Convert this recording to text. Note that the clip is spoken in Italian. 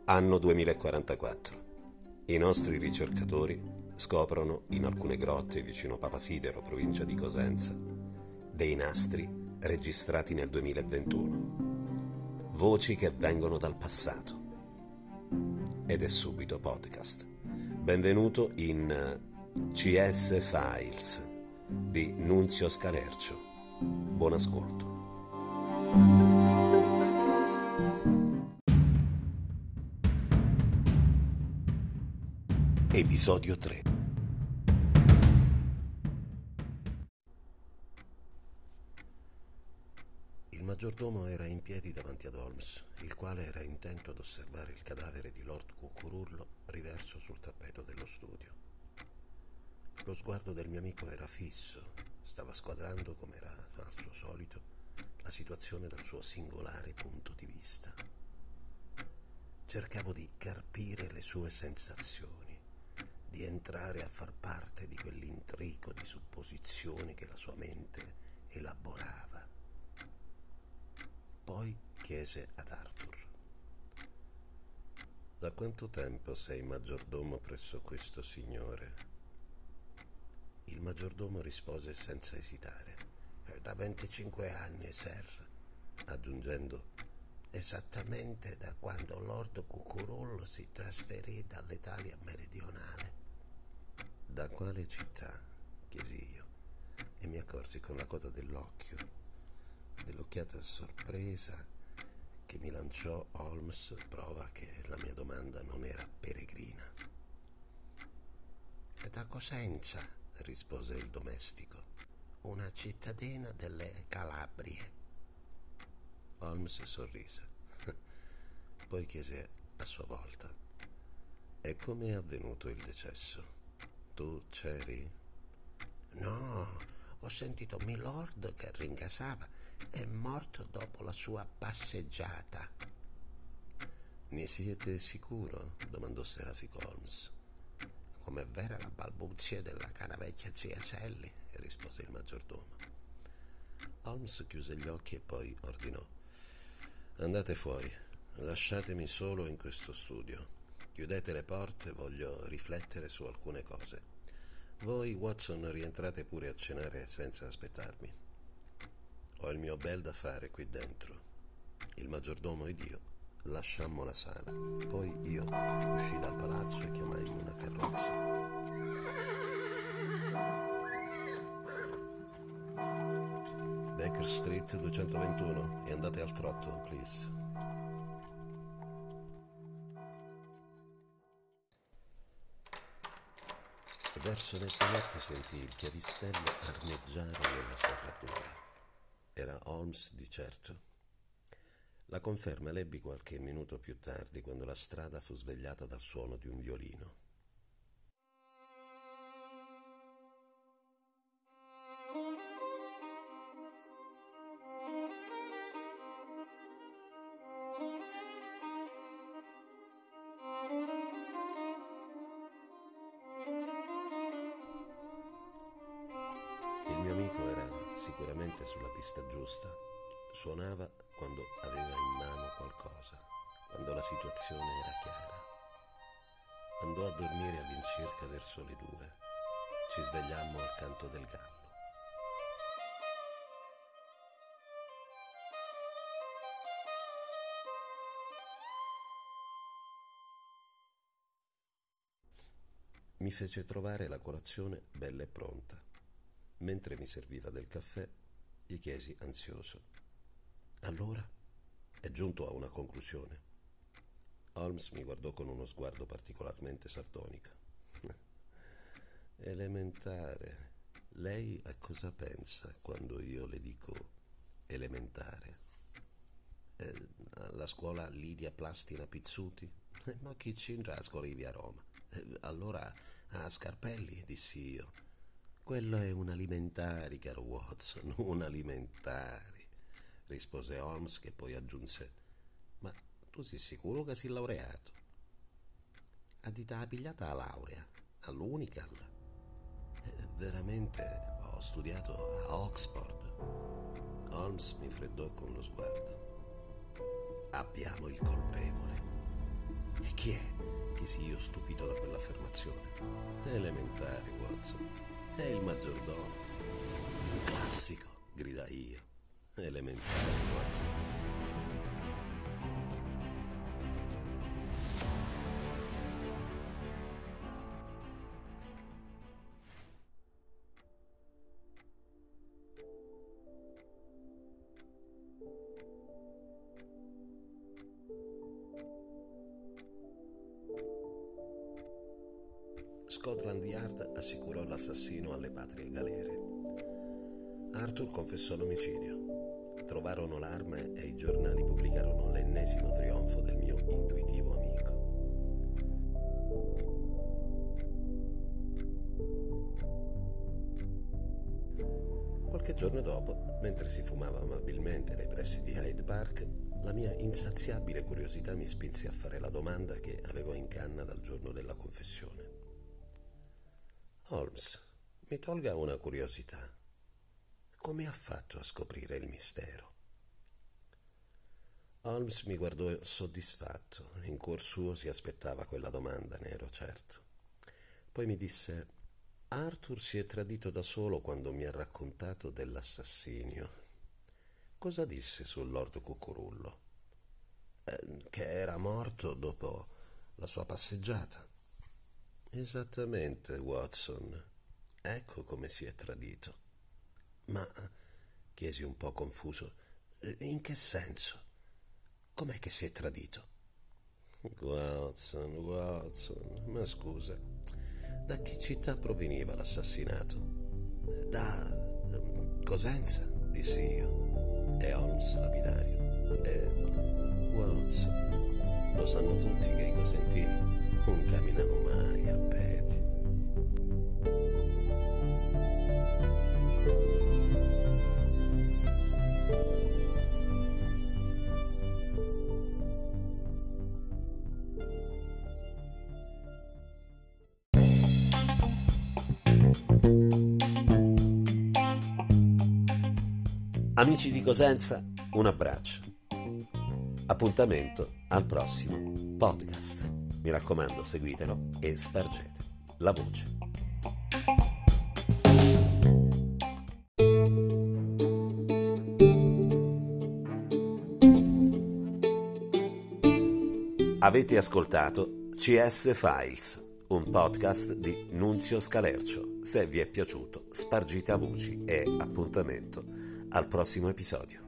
Anno 2044. I nostri ricercatori scoprono in alcune grotte vicino Papasidero, provincia di Cosenza, dei nastri registrati nel 2021. Voci che vengono dal passato. Ed è subito podcast. Benvenuto in CS Files di Nunzio Scalercio. Buon ascolto. Episodio 3. Il maggiordomo era in piedi davanti ad Holmes, il quale era intento ad osservare il cadavere di Lord Cucurullo riverso sul tappeto dello studio. Lo sguardo del mio amico era fisso, stava squadrando, come era al suo solito, la situazione dal suo singolare punto di vista. Cercavo di carpire le sue sensazioni, di entrare a far parte di quell'intrico di supposizioni che la sua mente elaborava. Poi chiese ad Arthur: «Da quanto tempo sei maggiordomo presso questo signore?» Il maggiordomo rispose senza esitare: «Da 25 anni, sir», aggiungendo: «esattamente da quando Lord Cucurullo si trasferì dall'Italia meridionale». «Da quale città?» chiesi io, e mi accorsi con la coda dell'occhio dell'occhiata sorpresa che mi lanciò Holmes, prova che la mia domanda non era peregrina. «È da Cosenza», rispose il domestico, «una cittadina delle Calabrie». Holmes sorrise. Poi chiese a sua volta: «E come è avvenuto il decesso? Tu c'eri?» «No, ho sentito Milord che ringasava. È morto dopo la sua passeggiata». «Ne siete sicuro?» domandò Serafico Holmes. «Come vera la balbuzie della cara vecchia zia Sally», rispose il maggiordomo. Holmes chiuse gli occhi e poi ordinò: «Andate fuori, lasciatemi solo in questo studio. Chiudete le porte, voglio riflettere su alcune cose. Voi, Watson, rientrate pure a cenare senza aspettarmi. Ho il mio bel da fare qui dentro». Il maggiordomo ed io lasciammo la sala. Poi io uscii dal palazzo e chiamai una carrozza. «Baker Street 221 e andate al trotto, please». Verso mezzanotte sentii il chiavistello armeggiare nella serratura. Era Holmes di certo. La conferma l'ebbi qualche minuto più tardi, quando la strada fu svegliata dal suono di un violino. Il mio amico era sicuramente sulla pista giusta. Suonava quando aveva in mano qualcosa, quando la situazione era chiara. Andò a dormire all'incirca verso le 2. Ci svegliammo al canto del gallo. Mi fece trovare la colazione bella e pronta. Mentre mi serviva del caffè, gli chiesi ansioso: «Allora? È giunto a una conclusione?» Holmes mi guardò con uno sguardo particolarmente sardonico. «Elementare. Lei a cosa pensa quando io le dico elementare? Alla scuola Lidia Plastina Pizzuti? Ma chi c'entra a scuola di via Roma? Allora a Scarpelli», dissi io. «Quello è un alimentari, caro Watson, un alimentari», rispose Holmes, che poi aggiunse: «Ma tu sei sicuro che sei laureato?» «A dita pigliata la laurea, all'Unical». «Veramente ho studiato a Oxford». Holmes mi freddò con lo sguardo. «Abbiamo il colpevole». E chi è? Chiesi io stupito da quell'affermazione. Elementare, Watson. È il maggiordomo. Un classico, gridai io. Elementare, Watson. Scotland Yard assicurò l'assassino alle patrie galere. Arthur confessò l'omicidio. Trovarono l'arma e i giornali pubblicarono l'ennesimo trionfo del mio intuitivo amico. Qualche giorno dopo, mentre si fumava amabilmente nei pressi di Hyde Park, la mia insaziabile curiosità mi spinse a fare la domanda che avevo in canna dal giorno della confessione. Holmes, mi tolga una curiosità. Come ha fatto a scoprire il mistero? Holmes mi guardò soddisfatto. In cuor suo si aspettava quella domanda, ne ero certo. Poi mi disse: Arthur si è tradito da solo quando mi ha raccontato dell'assassinio. Cosa disse sul Lord Cucurullo? Che era morto dopo la sua passeggiata. Esattamente, Watson. Ecco come si è tradito. Ma, chiesi un po' confuso, in che senso? Com'è che si è tradito? Watson, ma scusa, da che città proveniva l'assassinato? Da Cosenza, dissi io. E Holmes lapidario. Watson, lo sanno tutti che i cosentini non camminano mai a piedi. Amici di Cosenza, un abbraccio. Appuntamento al prossimo podcast. Mi raccomando, seguitelo e spargete la voce. Avete ascoltato CS Files, un podcast di Nunzio Scalercio. Se vi è piaciuto, spargite a voci e appuntamento al prossimo episodio.